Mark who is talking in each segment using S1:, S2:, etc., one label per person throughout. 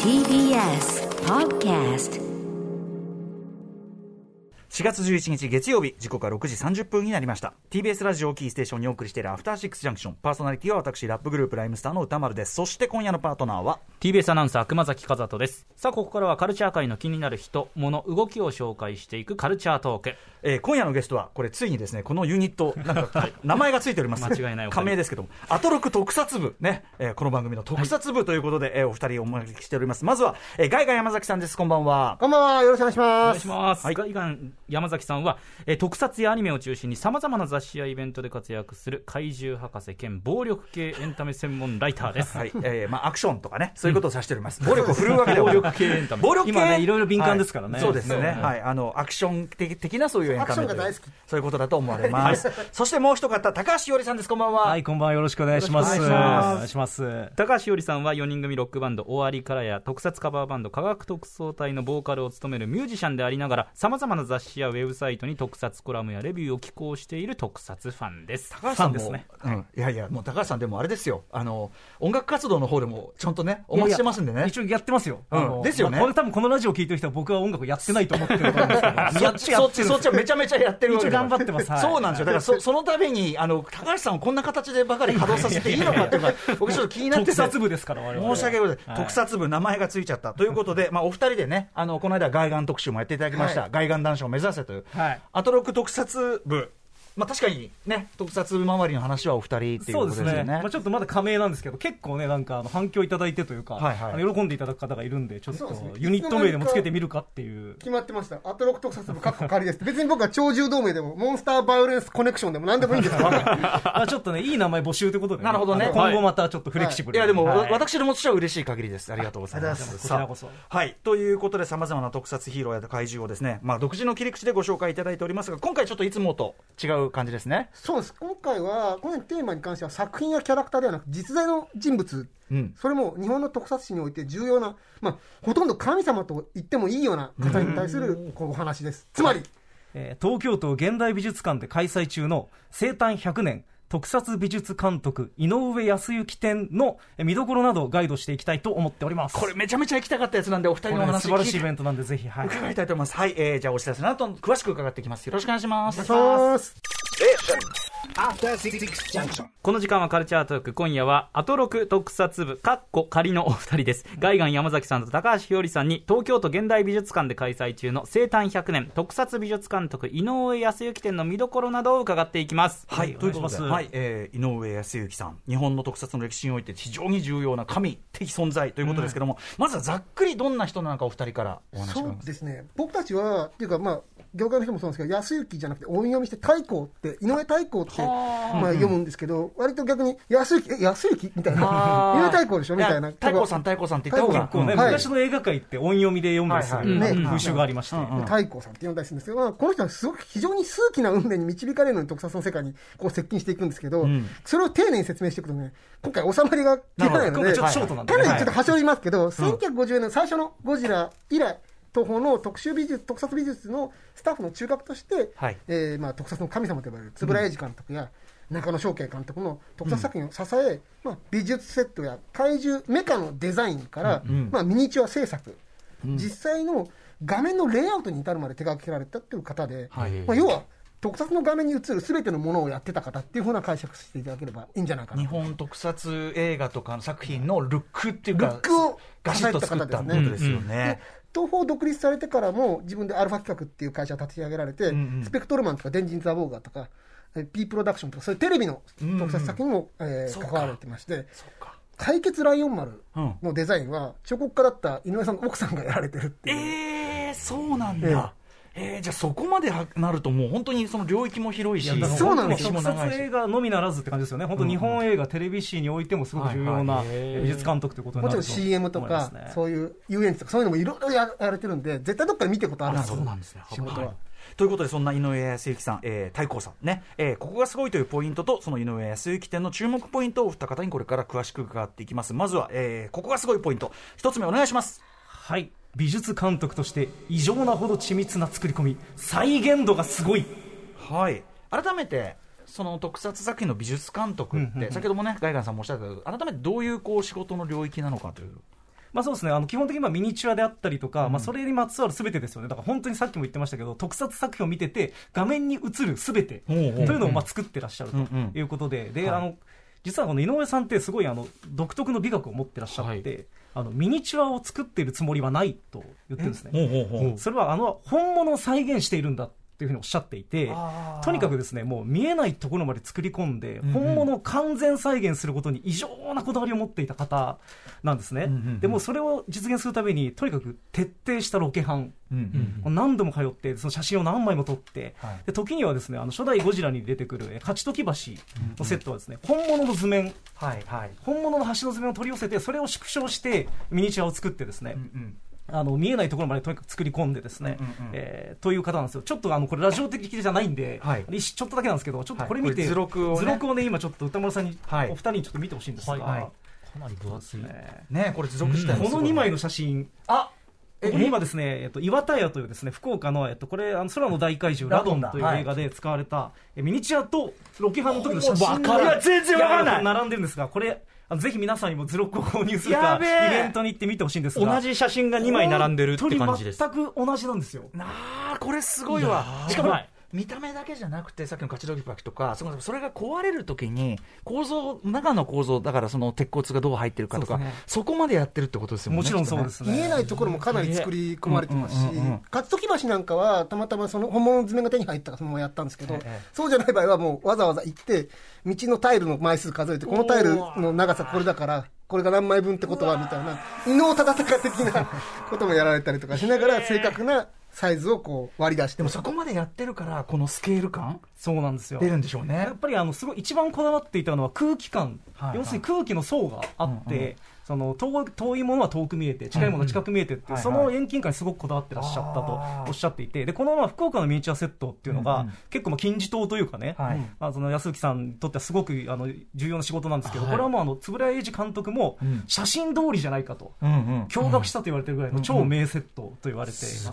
S1: TBS Podcast。
S2: 4月11日月曜日、時刻は6時30分になりました。 TBS ラジオキーステーションにお送りしているアフターシックスジャンクション、パーソナリティは私ラップグループライムスターの歌丸です。そして今夜のパートナーは
S3: TBS アナウンサー熊崎和人です。さあここからはカルチャー界の気になる人物動きを紹介していくカルチャートーク。
S2: 今夜のゲストはこれついにですね、このユニットなんか名前がついております
S3: 間違いない
S2: 仮名ですけども、アトロク特撮部ね、この番組の特撮部ということで、お二人お招きしております。まずは、ガイガン山崎さんです。こんばんは。
S4: こんばんは、よろしくお願いし
S3: お願
S4: ます。
S3: いします、
S2: はい、
S3: ガイガン山崎さんは、特撮やアニメを中心にさまざまな雑誌やイベントで活躍する怪獣博士兼暴力系エンタメ専門ライターです。
S2: はい、アクションとかね、そういうことを指しております。暴力を振るうわけではない
S3: 暴力系エンタメ、
S2: 暴力系
S3: 今ねいろいろ敏感ですからね、
S2: はい、そうですね、はい、アクション的なそういうエンタメ
S4: アクションが大好き、
S2: そういうことだと思われます。そしてもう一方、高橋よりさんです。こんばんは。
S5: はい、こんばんは、よろしくお願いします。
S2: お願いします。
S3: 高橋よりさんは4人組ロックバンド終わりからや特撮カバーバンド科学特捜隊のボーカルを務めるミュージシャンでありながら、さまざまな雑誌やウェブサイトに特撮コラムやレビューを寄稿している特撮ファンです。
S2: 高橋さんも
S3: ですね、
S2: いやいや、もう高橋さんでもあれですよ、音楽活動の方でもちゃんとねお待ちしてますんでね。
S5: 一応やってますよ。
S2: ですよね。
S5: これ多分このラジオ聞いてる人は僕は音楽やってないと思ってると思うんですけど、
S2: そっちはめちゃめちゃやってるわけ
S5: 一応頑張ってます。はい、
S2: そうなんですよ。だからその度に高橋さんをこんな形でばかり稼働させていいのかっていうか僕ちょっと気になってて、
S5: 特撮部ですから我々。
S2: 申し訳ございません、はい、特撮部名前がついちゃったということで、お二人でね、この間ガイガン特集もやっていただきました、はい、ガイガン男子を目指せという、はい、アトロック特撮部、確かにね、特撮周りの話はお二人っていうことですよね。
S5: そうですね。ちょっとまだ加盟なんですけど、結構ね、なんか反響いただいてというか、はいはい、喜んでいただく方がいるんで、ちょっとユニット名でもつけてみるかっていう。
S4: 決まってました。アトロック特撮部仮です。別に僕は超獣同盟でもモンスターバイオレンスコネクションでも何でもいいんですよ。
S5: ちょっとね、いい名前募集ということで、ね、
S2: なるほどね。
S5: 今後またちょっとフレキシブルに、
S2: いやでも、私どもとしては嬉しい限りです。ありがとうございます。
S5: こちらこそ。
S2: はい。ということで、様々な特撮ヒーローや怪獣をですね、独自の切り口でご紹介いただいておりますが、今回ちょっといつもと違う感じですね。
S4: そうです。今回はこのテーマに関しては作品やキャラクターではなく実在の人物、それも日本の特撮史において重要な、ほとんど神様と言ってもいいような方に対するお話です。つまり、
S5: 東京都現代美術館で開催中の生誕100年特撮美術監督井上康之展の見どころなどをガイドしていきたいと思っております。
S2: これめちゃめちゃ行きたかったやつなんで、お二人のお話
S5: 素晴らしいイベントなんでぜひ、
S2: 伺いたいと思います。はい、じゃあお知らせの後詳しく伺っていきます。よろしくお願いします。
S4: お願いします。
S3: この時間はカルチャートーク。今夜はアトロク特撮部仮のお二人です。ガイガン山崎さんと高橋ひよりさんに東京都現代美術館で開催中の生誕100年特撮美術監督井上康之展の見どころなどを伺っていきます。
S2: はい、ということで、はい、井上康之さん、日本の特撮の歴史において非常に重要な神的存在ということですけども、まずはざっくりどんな人なのかお二人からお話しください。
S4: そうですね、僕たちはっていうか業界の人もそうなんですけど、康之じゃなくて音読みして太閤って井上太閤って読むんですけど、割と逆に康之みたいな、井上太閤でしょみたいな、
S2: 太閤さんって言った方が
S5: 結構ね、昔の映画界って音読みで読んだりする風習がありまして、
S4: 太閤さんって呼んだりするんですけど、この人はすごく非常に数奇な運命に導かれるのに特撮の世界にこう接近していくんですけど、それを丁寧に説明していくとね、今回収まりが切れないので、
S5: ちょっとショートなんで、
S4: かなりちょっと端折りますけど、1950年最初のゴジラ以来東宝の特撮美術のスタッフの中核として、特撮の神様と呼ばれる円谷英二監督や中野祥慶監督の特撮作品を支え、美術セットや怪獣メカのデザインから、ミニチュア制作、実際の画面のレイアウトに至るまで手掛けられたという方で、要は特撮の画面に映るすべてのものをやってた方っていう風な解釈していただければいいんじゃないかな。
S2: 日本特撮映画とかの作品のルックっていうか、
S4: ルックを
S2: ガシッと作ったってことですよね。
S4: 東宝独立されてからも自分でアルファ企画っていう会社を立ち上げられて、スペクトルマンとか電人ザ・ボーガーとか P プロダクションとかそういうテレビの特撮作品も関わられてまして、解決ライオン丸のデザインは彫刻家だった井上さんの奥さんがやられてるっていう。
S2: そうなんだ。じゃあそこまでなるともう本当にその領域も広いし、
S4: そうなんですよ。
S5: 特撮映画のみならずって感じですよね。本当日本映画、テレビ史においてもすごく重要な美術監督ということになると思いますね。もちろん CM とかそういう遊園地とかそういうのもいろいろやられてるんで、絶対どっかで見てることあるんですよ。
S2: そうなんですね。仕事は。ということで、そんな井上康之さん、太閤さんね、ここがすごいというポイントと、その井上康之展の注目ポイントをお二方にこれから詳しく伺っていきます。まずは、ここがすごいポイント一つ目お願いします。
S5: はい、美術監督として異常なほど緻密な作り込み、再現度がすごい。
S2: はい、改めてその特撮作品の美術監督って、先ほどもねガイガンさんもおっしゃったけど、改めてどういうこう仕事の領域なのかという。
S5: まあそうですね、基本的にミニチュアであったりとか、まあそれにまつわるすべてですよね。だから本当にさっきも言ってましたけど、特撮作品を見てて画面に映るすべてというのをまあ作ってらっしゃるということで、で、実はこの井上さんってすごい独特の美学を持ってらっしゃって、ミニチュアを作っているつもりはないと言ってるんですね。それは本物を再現しているんだっていうふうにおっしゃっていて、とにかくですね、もう見えないところまで作り込んで、本物を完全再現することに異常なこだわりを持っていた方なんですね。でもそれを実現するためにとにかく徹底したロケハン、何度も通ってその写真を何枚も撮って、で時にはですね、初代ゴジラに出てくる勝時橋のセットはですね、本物の図面、本物の橋の図面を取り寄せて、それを縮小してミニチュアを作ってですね、見えないところまでとにかく作り込んでですね、という方なんですよ。ちょっとこれラジオ的じゃないんで、ちょっとだけなんですけど、ちょっとこれ見て、図録をね、今ちょっと歌丸さんに、お二人にちょっと見てほしいんですが、か
S3: なり分厚い
S2: ね。これ図録自体
S5: この2枚の写真、今ですね、岩田屋というですね、福岡の、これ空の大怪獣ラドンという映画で使われた、ミニチュアとロケハンの時の写真
S2: が全然わからない
S5: 並んでるんですが、これぜひ皆さんにも図録を購入するかイベントに行って見てほしいんですが、
S3: 同じ写真が2枚並んでるって感じです。
S5: 全く同じなんですよ。
S2: これすごいわ。しかも見た目だけじゃなくて、さっきの勝ち時パキとか、それが壊れるときに中の構造だから、その鉄骨がどう入ってるかとか、そこまでやってるってことですよね。
S5: もちろんそうですね。
S4: 見えないところもかなり作り込まれてますし、勝時橋なんかはたまたまその本物の図面が手に入ったからそのままやったんですけど、そうじゃない場合はもうわざわざ行って道のタイルの枚数数えて、このタイルの長さこれだからこれが何枚分ってことはみたいな、伊能忠敬的なこともやられたりとかしながら、正確なサイズをこう割り出して。
S2: でもそこまでやってるからこのスケール感、
S5: そうなんですよ、
S2: 出るんでしょうね。
S5: やっぱりすごい一番こだわっていたのは空気感、要するに空気の層があって、その遠いものは遠く見えて、近いものは近く見えてっていう、その遠近感にすごくこだわってらっしゃったとおっしゃっていて、でこの福岡のミニチュアセットっていうのが、結構金字塔というかね、その安幸さんにとってはすごく重要な仕事なんですけど、これはもう円谷英二監督も写真通りじゃないかと驚愕したと言われてるぐらいの超名セットと言われています。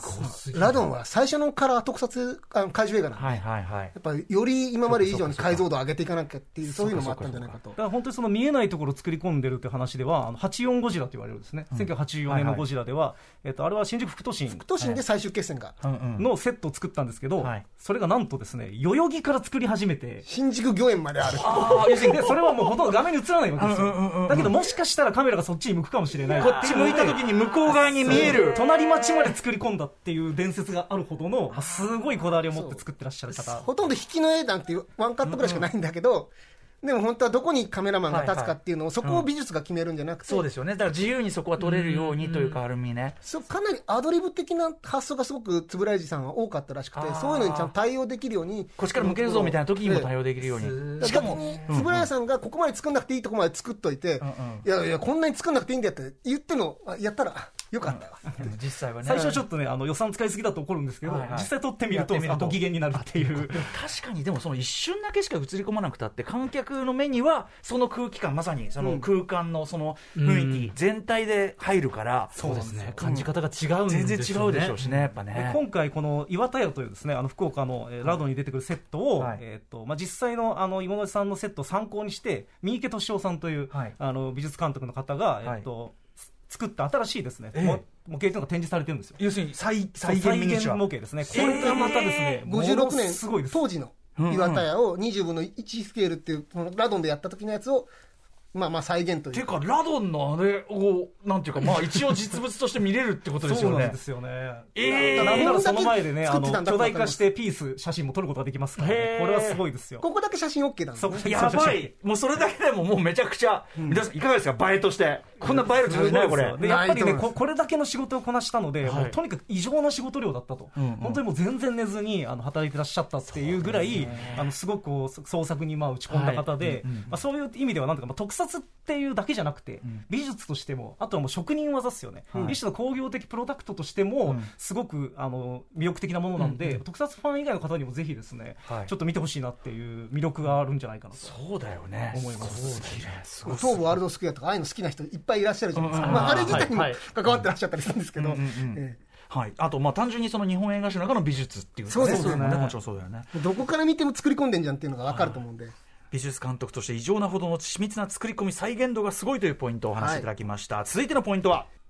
S4: ラドンは最初のカラー特撮怪獣映画なんで、やっぱりより今まで以上に解像度を上げていかなきゃっていう、そういうのもあったんじゃないかと。
S5: だから本当にその見えないところを作り込んでるって話では、84ゴジラと言われるですね、1984年のゴジラでは、あれは新宿副都心
S4: で最終決戦が
S5: のセットを作ったんですけど、それがなんとですね、代々木から作り始めて
S4: 新宿御苑まである。
S5: でそれはもうほとんど画面に映らないわけですよ。だけどもしかしたらカメラがそっちに向くかもしれない、
S2: こっち向いた時に向こう側に見える
S5: 隣町まで作り込んだっていう伝説があるほどのすごいこだわりを持って作ってらっしゃる方。
S4: ほとんど引きの絵なんていうワンカットぐらいしかないんだけど、でも本当はどこにカメラマンが立つかっていうのを、そこを美術が決めるんじゃなくて、
S2: そうですよね。だから自由にそこは撮れるようにというか、ある意味ね、
S4: かなりアドリブ的な発想がすごく円谷英二さんは多かったらしくて、そういうのにちゃんと対応できるように、
S2: こっちから向けるぞみたいな時にも対応できるように、
S4: しかも円谷さんがここまで作んなくていいとこまで作っといて、いやいやこんなに作んなくていいんだよって言ってのやったらよかったわ。
S2: 実際はね、
S5: 最初はちょっとね、予算使いすぎだと怒るんですけど、実際撮ってみるとご機嫌になるっていう。
S2: 確かにでもその一瞬だけしか映り込まなくたって、観客の目にはその空気感、まさにその空間のその雰囲気全体で入るから、
S3: そうですね、感じ方が違うんですよね。
S2: 全然違うでしょうしね、やっぱね。
S5: 今回この岩田屋というですね、福岡のラドに出てくるセットを、実際の今野さんのセットを参考にして三池敏夫さんという美術監督の方が作った新しいですね、模型というのが展示されてるんですよ。
S2: 要するに再現
S5: 模型ですね。これがまたですね、
S4: 56年当時の岩田屋を20分の1スケールっていうラドンでやった時のやつを再現という。
S2: ていうかラドンのあれをなんていうか、一応実物として見れるってことですよね。
S5: そうなんですよね。なんならその前でね、巨大化してピース写真も撮ることができますからね。これはすごいですよ。
S4: ここだけ写真 OK なんですね。
S2: やばい。もうそれだけでももうめちゃくちゃ、皆さんいかがですか、映えとして。こんな映える感じないこれ。
S5: でやっぱりね、これだけの仕事をこなしたので、もうとにかく異常な仕事量だったと。本当にもう全然寝ずに働いてらっしゃったっていうぐらい、すごく創作に打ち込んだ方で、そういう意味ではなんとか特撮っていうだけじゃなくて、美術としても、あとはもう職人技ですよね。一種の工業的プロダクトとしてもすごく魅力的なものなので、特撮ファン以外の方にもぜひですね、ちょっと見てほしいなっていう魅力があるんじゃないかなと。
S2: そうだよね。
S5: 思います。
S4: 東武ワールドスクエアとかああいうの好きな人いっぱいいらっしゃるじゃないですか。あれ自体にも関わってらっしゃったりするんですけど。
S2: はい、あと単純にその日本映画史の中の美術っていう、
S4: そうですよね。
S2: もちろんそうだよね。
S4: どこから見ても作り込んでんじゃんっていうのが分かると思うんで。
S2: 美術監督として異常なほどの緻密な作り込み再現度がすごいというポイントをお話しいただきました。続いてのポイントは、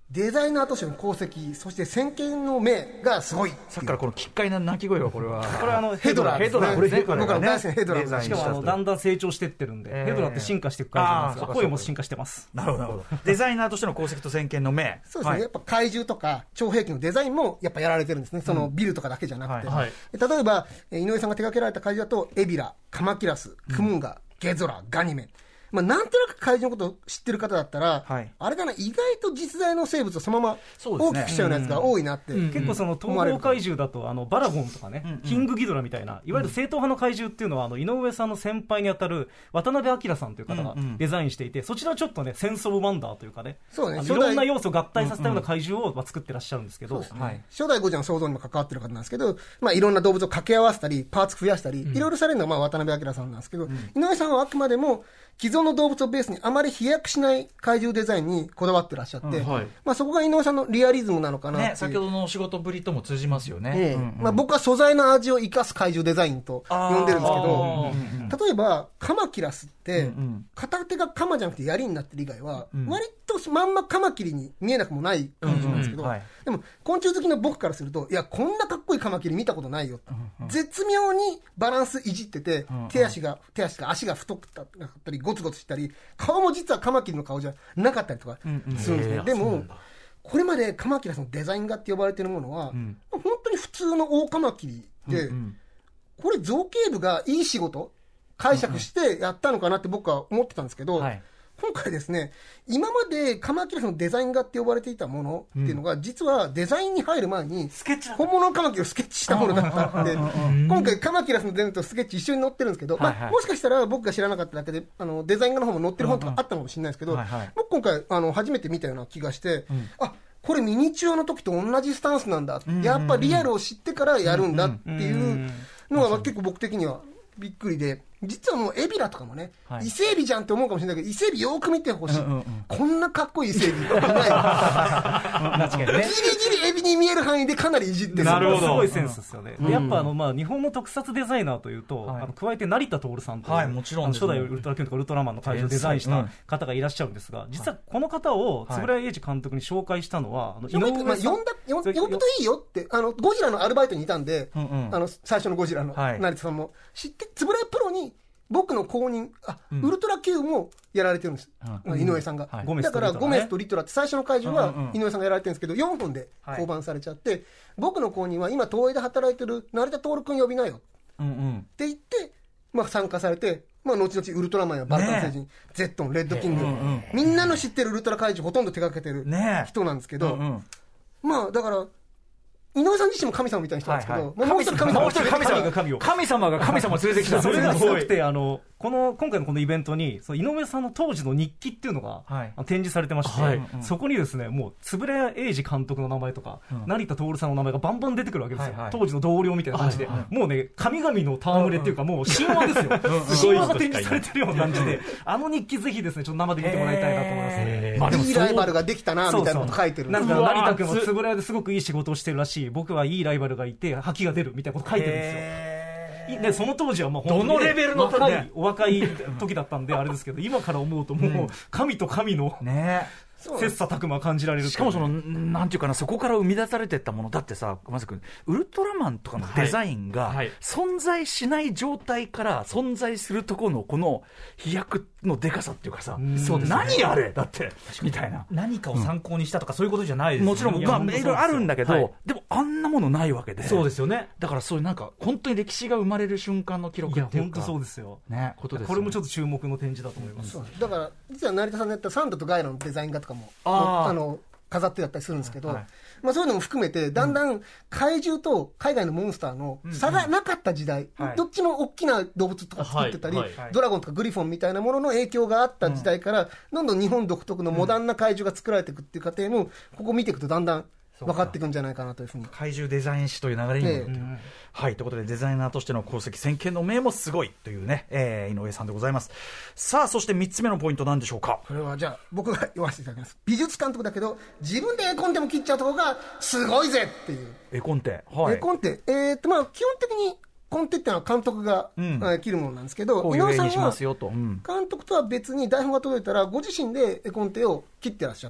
S4: デザイナーとしての功績、そして先見の明がすごい。
S2: さっきからこの奇怪な鳴き声は、これは
S5: これは
S4: ヘドラーですね。僕は大好きなヘドラー。
S5: しかもだんだん成長していってるんで、ヘドラーって進化していく会社なんですが、声も進化してます。
S2: なるほどなるほど。デザイナーとしての功績と先見の明。
S4: そうですね、やっぱ怪獣とか超兵器のデザインもやっぱやられてるんですね。そのビルとかだけじゃなくて、例えば井上さんが手掛けられた怪獣だとエビラ、カマキラス、クムンガ、ゲゾラ、ガニメン。なんとなく怪獣のことを知ってる方だったら、あれだな、意外と実在の生物をそのまま大きくしちゃうようなやつが多いなって。
S5: 結構その統合怪獣だと、バラゴンとかね、キングギドラみたいな、いわゆる正統派の怪獣っていうのは、井上さんの先輩にあたる渡辺明さんという方がデザインしていて、そちらはちょっとね、センスオブワンダーというかね、いろんな要素を合体させたような怪獣を作ってらっしゃるんですけど、
S4: 初代ゴジラの創造にも関わってる方なんですけど、いろんな動物を掛け合わせたり、パーツ増やしたり、いろいろされるのは渡辺明さんなんですけど、井上さんはあくまでも、既存の動物をベースにあまり飛躍しない怪獣デザインにこだわってらっしゃって、そこが井上さんのリアリズムなのかなっていう、
S2: 先ほどのお仕事ぶりとも通じますよね。
S4: 僕は素材の味を生かす怪獣デザインと呼んでるんですけど、例えばカマキラスって、片手がカマじゃなくて槍になってる以外は、割とまんまカマキリに見えなくもない感じなんですけど、でも昆虫好きの僕からすると、いやこんなかっこいいカマキリ見たことないよ、絶妙にバランスいじってて、手足が足が太くなったりゴツゴツしたり、顔も実はカマキリの顔じゃなかったりとかするんですね。でもこれまでカマキラスのデザイン画って呼ばれているものは、本当に普通のオオカマキリで、これ造形部がいい仕事解釈してやったのかなって僕は思ってたんですけど、今回ですね、今までカマキラスのデザイン画って呼ばれていたものっていうのが、実はデザインに入る前に本物のカマキリをスケッチしたものだったんで、今回カマキラスのデザインとスケッチ一緒に載ってるんですけど、もしかしたら僕が知らなかっただけでデザイン画の方も載ってる本とかあったかもしれないですけど、僕今回初めて見たような気がして、これミニチュアの時と同じスタンスなんだ、やっぱリアルを知ってからやるんだっていうのが結構僕的にはびっくりで、実はもうエビラとかもね、伊勢エビじゃんって思うかもしれないけど、伊勢エビよく見てほしい、こんなかっこいい伊勢エビいない確かにね、ギリギリエビに見える範囲でかなりいじってる。
S5: なるほど、すごいセンスですよね。やっぱ日本の特撮デザイナーというと、加えて成田徹さんという、初代ウルトラ Q とかウルトラマンの怪獣をデザインした方がいらっしゃるんですが、実はこの方を円谷英二監督に紹介したのは、
S4: 呼ぶといいよって、ゴジラのアルバイトにいたんで、最初のゴジラの成田さんも知って、円谷プロに僕の公認、ウルトラ Q もやられてるんです、井上さんが。だからゴメスとリトラって最初の怪獣は井上さんがやられてるんですけど、4本で降板されちゃって、僕の公認は今東映で働いてる成田徹君呼びなよって言って、参加されて、後々ウルトラマンやバルカン星人、ゼットン、レッドキング、みんなの知ってるウルトラ怪獣ほとんど手掛けてる人なんですけど、だから井上さん自身も神様みたいな人なんですけど、もう一人神
S2: 様が神様を連れてきた。
S5: それがすごくて、今回のこのイベントに井上さんの当時の日記っていうのが展示されてまして、そこにですね、もう円谷英二監督の名前とか成田徹さんの名前がバンバン出てくるわけですよ。当時の同僚みたいな感じで、もうね、神々の戯れっていうか、もう神話ですよ。神話が展示されてるような感じで、日記ぜひですね、ちょっと生で見てもらいたいなと思います。
S4: いいライバルができたなみたいなこと書いてる。
S5: なんか成田君も円谷ですごくいい仕事をしてるらしい、僕はいいライバルがいて覇気が出るみたいなこと書いてるんですよ。でその当時は本当に、
S2: どのレベルの
S5: お若い時だったんであれですけど、今から思うともう神と神の切磋琢磨感じられる。
S2: しかもなんていうかな、そこから生み出されていったものだってさ、まずウルトラマンとかのデザインが存在しない状態から存在するところのこの飛躍のでかさっていうかさ、何あれだってみたいな、
S3: 何かを参考にしたとかそういうことじゃないですよね。
S2: もちろんいろいろあるんだけど、でもあんなものないわけで。
S3: そうですよね。
S2: だからそういうなんか本当に歴史が生まれる瞬間の記録っていうか、
S5: 本当そうですよ
S2: ね、ことですよね。
S5: これもちょっと注目の展示だと思います。
S4: だから実は成田さんのやったサンドとガイラのデザイン画とかも飾ってだったりするんですけど、そういうのも含めてだんだん怪獣と海外のモンスターの差がなかった時代、どっちも大きな動物とか作ってたり、ドラゴンとかグリフォンみたいなものの影響があった時代から、どんどん日本独特のモダンな怪獣が作られていくっていう過程も、ここ見ていくとだんだん分かっていくんじゃないかなというふうに。
S2: 怪獣デザイン誌という流れにも、はい、ということでデザイナーとしての功績、先見の明もすごいというね、井上さんでございます。さあ、そして3つ目のポイントなんでしょうか。
S4: これはじゃあ僕が言わせていただきます。美術監督だけど自分で絵コンテも切っちゃうところがすごいぜっていう。
S2: 絵コンテ、
S4: 絵コンテ、基本的にコンテっていうのは監督が、切るものなんですけど、井上さんは監督とは別に台本が届いたらご自身で絵コンテを切ってらっしゃった。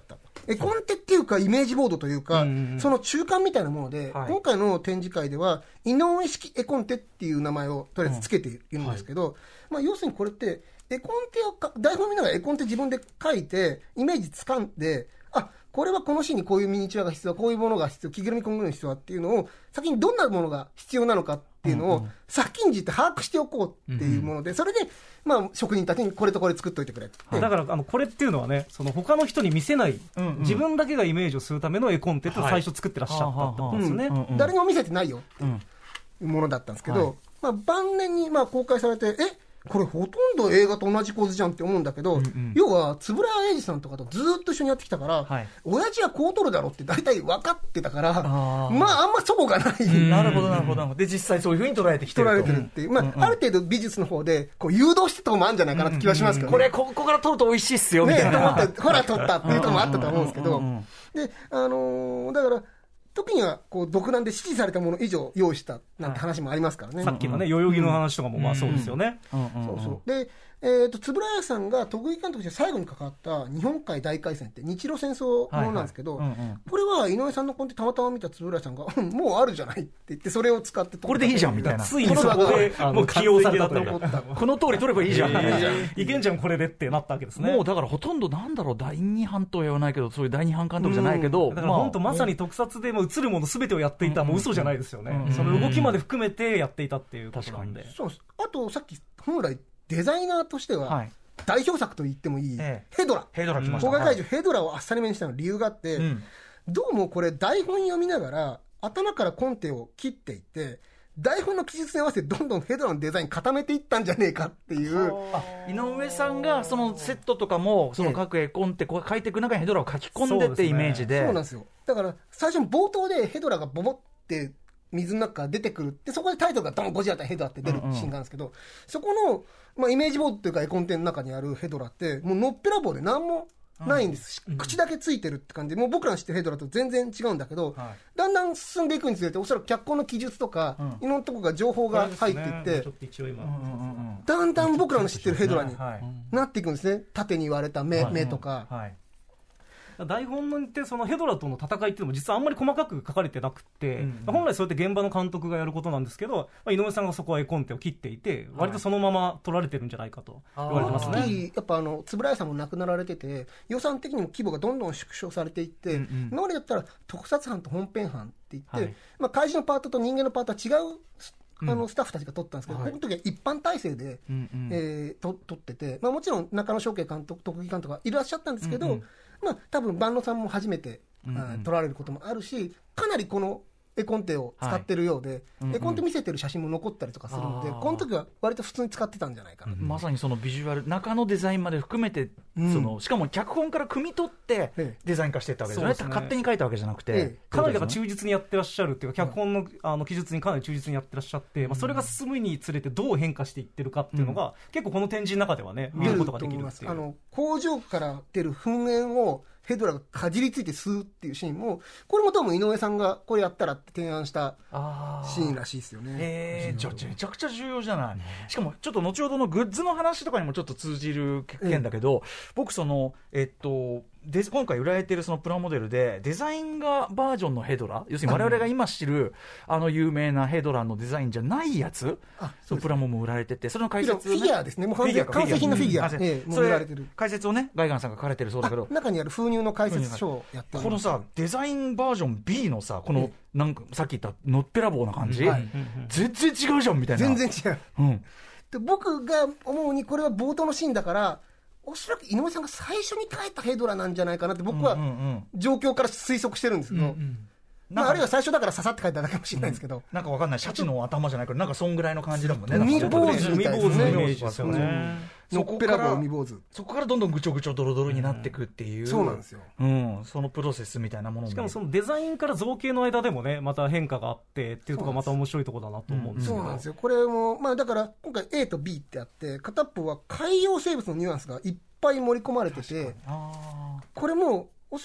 S4: 絵コンテっていうかイメージボードというか、その中間みたいなもので、今回の展示会では井上式絵コンテっていう名前をとりあえずつけているんですけど、要するにこれって絵コンテを台本見ながら絵コンテ自分で書いてイメージ掴んで、これはこのシーンにこういうミニチュアが必要、こういうものが必要、着ぐるみ今後の必要っていうのを先にどんなものが必要なのかっていうのを先んじて把握しておこうっていうもので、それで職人たちにこれとこれ作っといてくれって、
S5: だからこれっていうのはね、その他の人に見せない、自分だけがイメージをするための絵コンテって最初作ってらっしゃったってことですよね。
S4: 誰にも見せてないよっていうものだったんですけど、晩年に公開されてこれほとんど映画と同じ構図じゃんって思うんだけど、要は円谷英二さんとかとずっと一緒にやってきたから、親父はこう撮るだろうって大体分かってたから、あんまそこがない。
S2: なるほどなるほど。で実際そういうふうに捉えてきてると。
S4: 捉えてるっていう、ある程度美術の方でこう誘導してたところもあるんじゃないかなって気はしますけど、
S2: これここから撮ると美味しいっすよみたいな。
S4: と思ってほら撮ったっていうところもあったと思うんですけど、でだから時にはこう独断で指示されたもの以上用意したなんて話もありますからね。
S5: さっきのね、代々木の話とかもそうですよね。
S4: で、円谷さんが徳井監督として最後に関わった日本海大海戦って日露戦争ものなんですけど、これは井上さんのコンテたまたま見た円谷さんがもうあるじゃないって言ってそれを使って
S2: これでいいじゃんみたいな、
S5: ついにそこでもう起用されたというか、
S2: この通り取ればいいじゃん
S5: いけんじゃんこれでってなったわけですね。
S2: もうだからほとんどなんだろう、第二版とは言わないけど、そういう第二版監督じゃないけど、
S5: だから本当まさに特撮でも映るもの全てをやっていた、もう嘘じゃないですよね。その動きまで含めてやっていたっていうことなんで。
S4: そうです。あとさっき本来デザイナーとしては代表作と言ってもいいヘドラ、
S2: 来ました。
S4: 公開怪獣ヘドラをあっさりめにしたの理由があって、どうもこれ台本読みながら頭からコンテを切っていって台本の記述に合わせてどんどんヘドラのデザイン固めていったんじゃねえかっていう。
S2: 井上さんがそのセットとかもその各絵コンテこう書いていく中にヘドラを書き込んでってイメージで。
S4: そうなんですよ。だから最初の冒頭でヘドラがボボって水の中から出てくるって、そこでタイトルがドンゴジラ対ヘドラって出るシーンがあるんですけど、そこの、イメージボードというか絵コンテの中にあるヘドラってもうのっぺらぼうで何もないんです、口だけついてるって感じで、もう僕らの知ってるヘドラと全然違うんだけど、だんだん進んでいくにつれておそらく脚本の記述とか、いろんなところが情報が入っていって、だんだん僕らの知ってるヘドラになっていくんですね。縦に割れた目とか。
S5: 台本のってそのヘドラとの戦いっていうのも実はあんまり細かく書かれてなくて、本来そうやって現場の監督がやることなんですけど、井上さんがそこは絵コンテを切っていて、割とそのまま撮られてるんじゃないかと言われてますね。
S4: やっぱ円谷さんも亡くなられてて、予算的にも規模がどんどん縮小されていって、今までだったら特撮班と本編班って言って、怪獣のパートと人間のパートは違うスタッフたちが撮ったんですけど、この時は一般体制で撮ってて、もちろん中野翔慶監督、徳木監督はいらっしゃったんですけど、多分萬野さんも初めて撮られることもあるし、かなりこの絵コンテを使ってるようで、絵コンテ見せてる写真も残ったりとかするので、この時は割と普通に使ってたんじゃないかな。
S2: まさにそのビジュアル、中のデザインまで含めて、しかも脚本から汲み取ってデザイン化していったわけですね。勝手に書いたわけじゃなくて、
S5: かなり忠実にやってらっしゃるっていうか、脚本の記述にかなり忠実にやってらっしゃって、それが進むにつれてどう変化していってるかっていうのが、結構この展示の中ではね、見ることができるっていう。
S4: 工場から出る噴煙をヘドラがかじりついて吸うっていうシーンも、これも多分井上さんがこれやったらって提案したシーンらしいですよね。
S2: じゃあめちゃくちゃ重要じゃない。しかもちょっと後ほどのグッズの話とかにもちょっと通じる件だけど、僕その今回売られているそのプラモデルでデザインがバージョンのヘドラ、要するに我々が今知る有名なヘドラのデザインじゃないやつのプラモも売られてて、それの解説、
S4: フィギュアですね。もう完成品のフィギュア、もう売られてる。
S2: 解説をねガイガンさんが書かれてるそうだけど、
S4: 中にある封入の解説書をやってる。
S2: このさデザインバージョン B のさ、このなんかさっき言ったのっぺらぼうな感じ、全然違うじゃんみたいな。
S4: 全然違う。で僕が思うにこれは冒頭のシーンだから、おそらく井上さんが最初に描いたヘドラなんじゃないかなって僕は状況から推測してるんですけど、あるいは最初だからささって書いただけかもしれないですけど、
S2: なんかわかんない、シャチの頭じゃないからなんかそんぐらいの感じだもんね。
S4: 海坊主みたいですね。
S5: 海坊主のイメージですよね。
S4: のっぺらぼう海坊主。
S2: そこからどんどんぐちょぐちょドロドロになっていくっていう、
S4: そうなんですよ。
S2: そのプロセスみたいなものも、
S5: しかもそのデザインから造形の間でもね、また変化があってっていうところがまた面白いところだなと思うんですけど。
S4: そうなんですよ。これもだから今回 A と B ってあって、片っぽは海洋生物のニュアンスがいっぱい盛り込まれてて、これもおそらく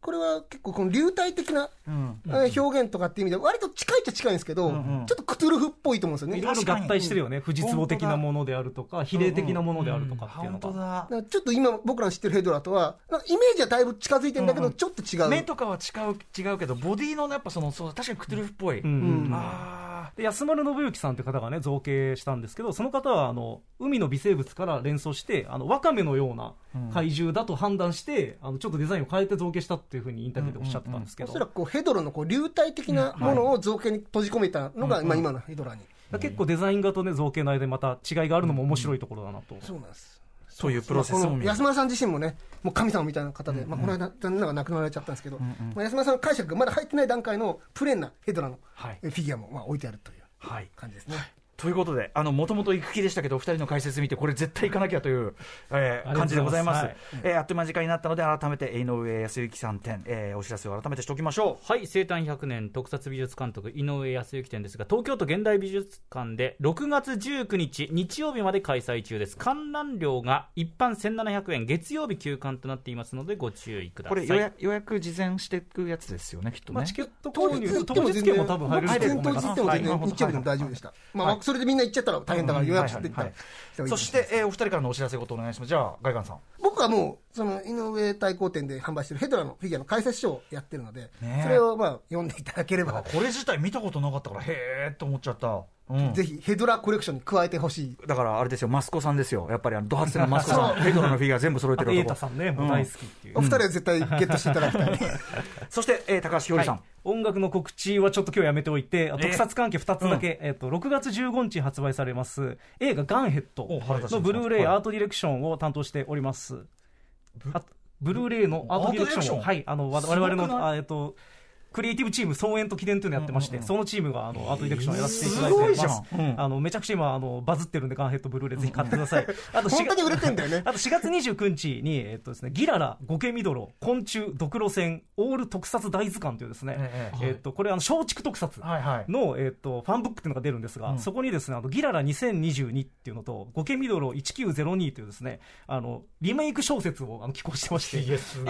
S4: これは結構この流体的な表現とかっていう意味で割と近いっちゃ近いんですけど、ちょっとクトゥルフっぽいと思うんですよね。
S5: いろいろ合体してるよね。フジツボ的なものであるとか、比例的なものであるとかっていうのが。
S4: ちょっと今僕らの知ってるヘドラとは、イメージはだいぶ近づいてるんだけど、ちょっと違う。
S2: 目とかは違うけど、ボディのやっぱそう確かにクトゥルフっぽい。
S5: で安丸信之さんって方がね造形したんですけど、その方は海の微生物から連想してワカメのような怪獣だと判断して、ちょっとデザインを変えて造形したっていうふうにインタビューでおっしゃってたんですけど、
S4: おそらくヘドラの流体的なものを造形に閉じ込めたのが、今のヘドラに。
S5: 結構デザイン画と、ね、造形の間でまた違いがあるのも面白いところだなと。
S4: そうなんです。
S2: そういうプロセスも
S4: 安村さん自身もね、もう神様みたいな方で、この間残念ながら亡くなられちゃったんですけど、安村さんの解釈がまだ入ってない段階のプレーンなヘドラのフィギュアも置いてあるという感じですね。
S2: ということで、もともと行く気でしたけど、お二人の解説見て、これ絶対行かなきゃという、感じでございます。あっという間時間になったので、改めて井上康之さん展、お知らせを改めてしておきましょう。
S3: はい、生誕100年特撮美術監督井上康之展ですが、東京都現代美術館で6月19日日曜日まで開催中です。観覧料が一般1700円、月曜日休館となっていますのでご注意ください。
S2: これ予約事前していくやつですよね、きっとね。
S5: チケット購入当日券も多分入れると思います。
S4: 日曜日でも大丈夫でした。それでみんな行っちゃったら大変だから予約していったら、
S2: そして、お二人からのお知らせごとお願いします。じゃあガイガンさん。
S4: 僕はもうその井上太閤店で販売しているヘドラのフィギュアの解説書をやってるので、それを読んでいただければ。
S2: これ自体見たことなかったからへーと思っちゃった。
S4: ぜひヘドラコレクションに加えてほしい。
S2: だからあれですよ、マスコさんですよ。やっぱりドハツなマスコさん。ヘドラのフィギュア全部揃えてる男。
S5: エータさんね、もう大好きっていう。
S4: お二人は絶対ゲットしていただきたい。
S2: そして、高橋ひよりさん。
S5: 音楽の告知はちょっと今日やめておいて、特撮関係2つだけ、6月15日発売されます映画ガンヘッドのブルーレイアートディレクションを担当しております。ブルーレイのアートディレクションを、はい、我々のクリエイティブチーム総演と記念というのをやってまして、そのチームがアートディレクションをやらせていただいております。めちゃくちゃ今バズってるんで、ガンヘッドブルーレイぜひ買ってください。
S4: あと本当に売れてんだよね。
S5: あと4月29日にですね、ギララ、ゴケミドロ、昆虫、ドクロ戦、オール特撮大図鑑というですね、これ松竹特撮のファンブックっていうのが出るんですが、そこにですね、ギララ2022っていうのとゴケミドロ1902というですね、リメイク小説を寄稿してまして、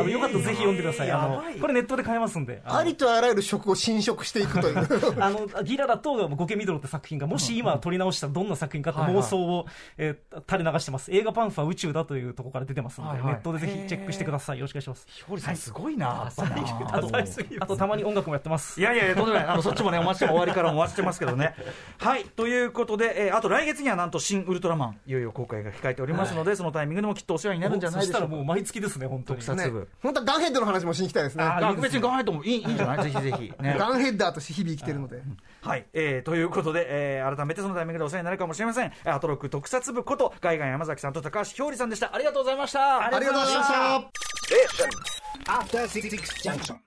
S5: よかったらぜひ読んでください。これネットで買えますんで。
S4: ありとあらゆる食を侵食していくという
S5: ギララとゴケミドロって作品がもし今撮り直したらどんな作品かって妄想を垂れ流してます。映画パンフは宇宙だというところから出てますので、ネットでぜひチェックしてください。よろしくお願いします。
S2: ひょりさんすごいな。
S5: あとたまに音楽もやってます。
S2: いやいや、とんでもない。そっちもね、お待ちして終わりからもお待ちしてますけどね。はい、ということで、あと来月にはなんと新ウルトラマンいよいよ公開が控えておりますので、そのタイミングでもきっとお世話になるんじゃないでしょうか。
S5: そしたらもう毎月ですね、本当に。
S2: 特撮部。
S4: 本当はガンヘッドの話もしに行きたいですね。
S2: 別にガンヘッドもいいんじゃない？ぜひぜひ。
S4: ガンヘッダーとして日々生きてるので。
S2: はい、ということで、改めてそのタイミングでお世話になるかもしれません。アトロック特撮部ことガイガン山崎さんと高橋ひょうりさんでした。ありがとうございました。
S4: ありがとうございました。